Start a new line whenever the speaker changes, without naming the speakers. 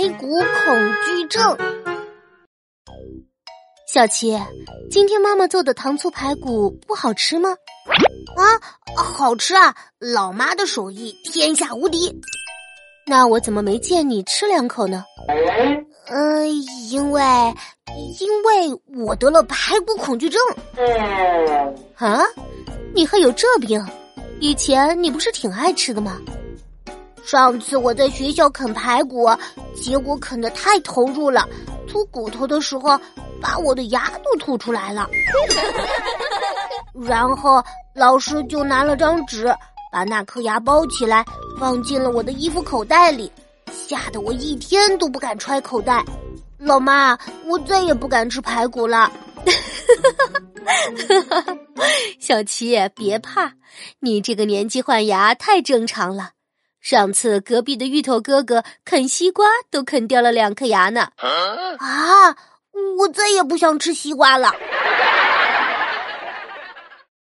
排骨恐惧症。小琪，今天妈妈做的糖醋排骨不好吃吗？
好吃啊，老妈的手艺天下无敌。
那我怎么没见你吃两口呢？
因为我得了排骨恐惧症。
啊？你还有这病？以前你不是挺爱吃的吗？
上次我在学校啃排骨，结果啃得太投入了，吐骨头的时候把我的牙都吐出来了。然后老师就拿了张纸，把那颗牙包起来，放进了我的衣服口袋里，吓得我一天都不敢揣口袋。老妈，我再也不敢吃排骨了。
小琪，别怕，你这个年纪换牙太正常了。上次隔壁的芋头哥哥啃西瓜都啃掉了2颗牙呢。
我再也不想吃西瓜了。